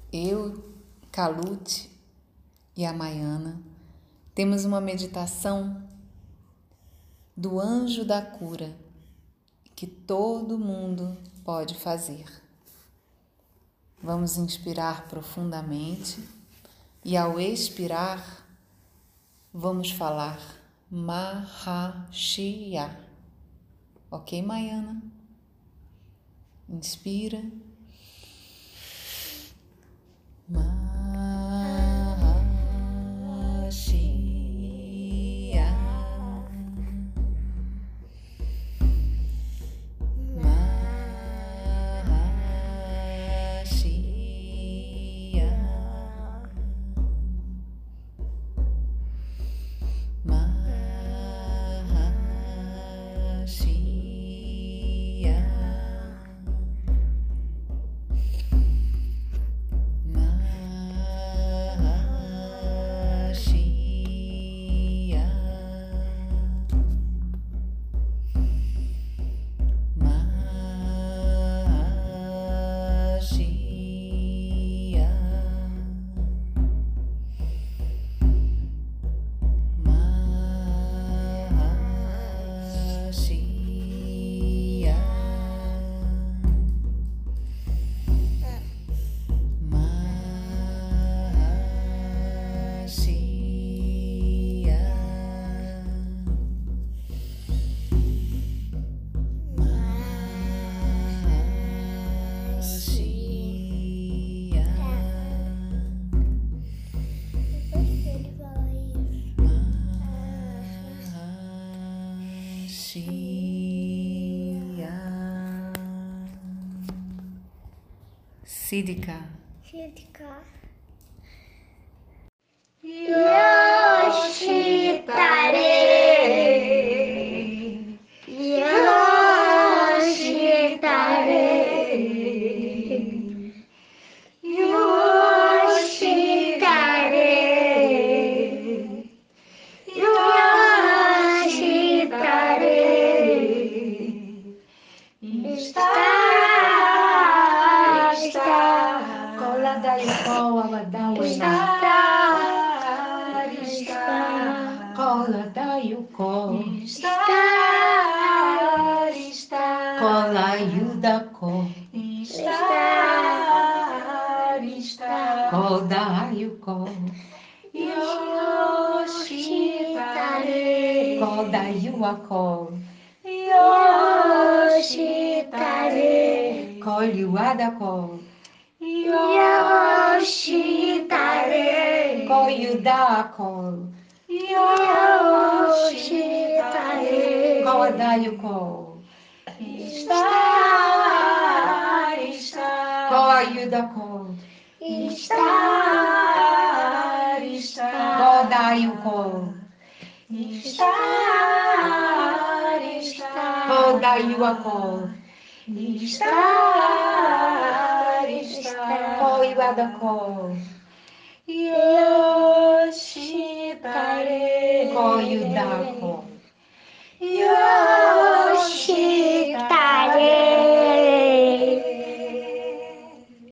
Eu, Kalute e a Maiana temos uma meditação do anjo da cura que todo mundo pode fazer. Vamos inspirar profundamente e ao expirar vamos falar Mahashia. Ok, Maiana? Inspira. Mahashia. Mahashia. Mahashia. Siddhika. Yoshitare, Yoshitare, Yoshitare, Yoshitare. Está, cola da Yoko, Abadawa, está, cola da Yoko, está, cola Yudako, está, cola Yoko, Yoshitare, cola Yuako, Yoshitare, Koyuadako, Yoshitare, Koyudako, Yoshitare, Kodayuko, está, Koyudako, está, Kodayuko, está, Kodayuako, está, Koyuadako, Yoshitare, Koyudako,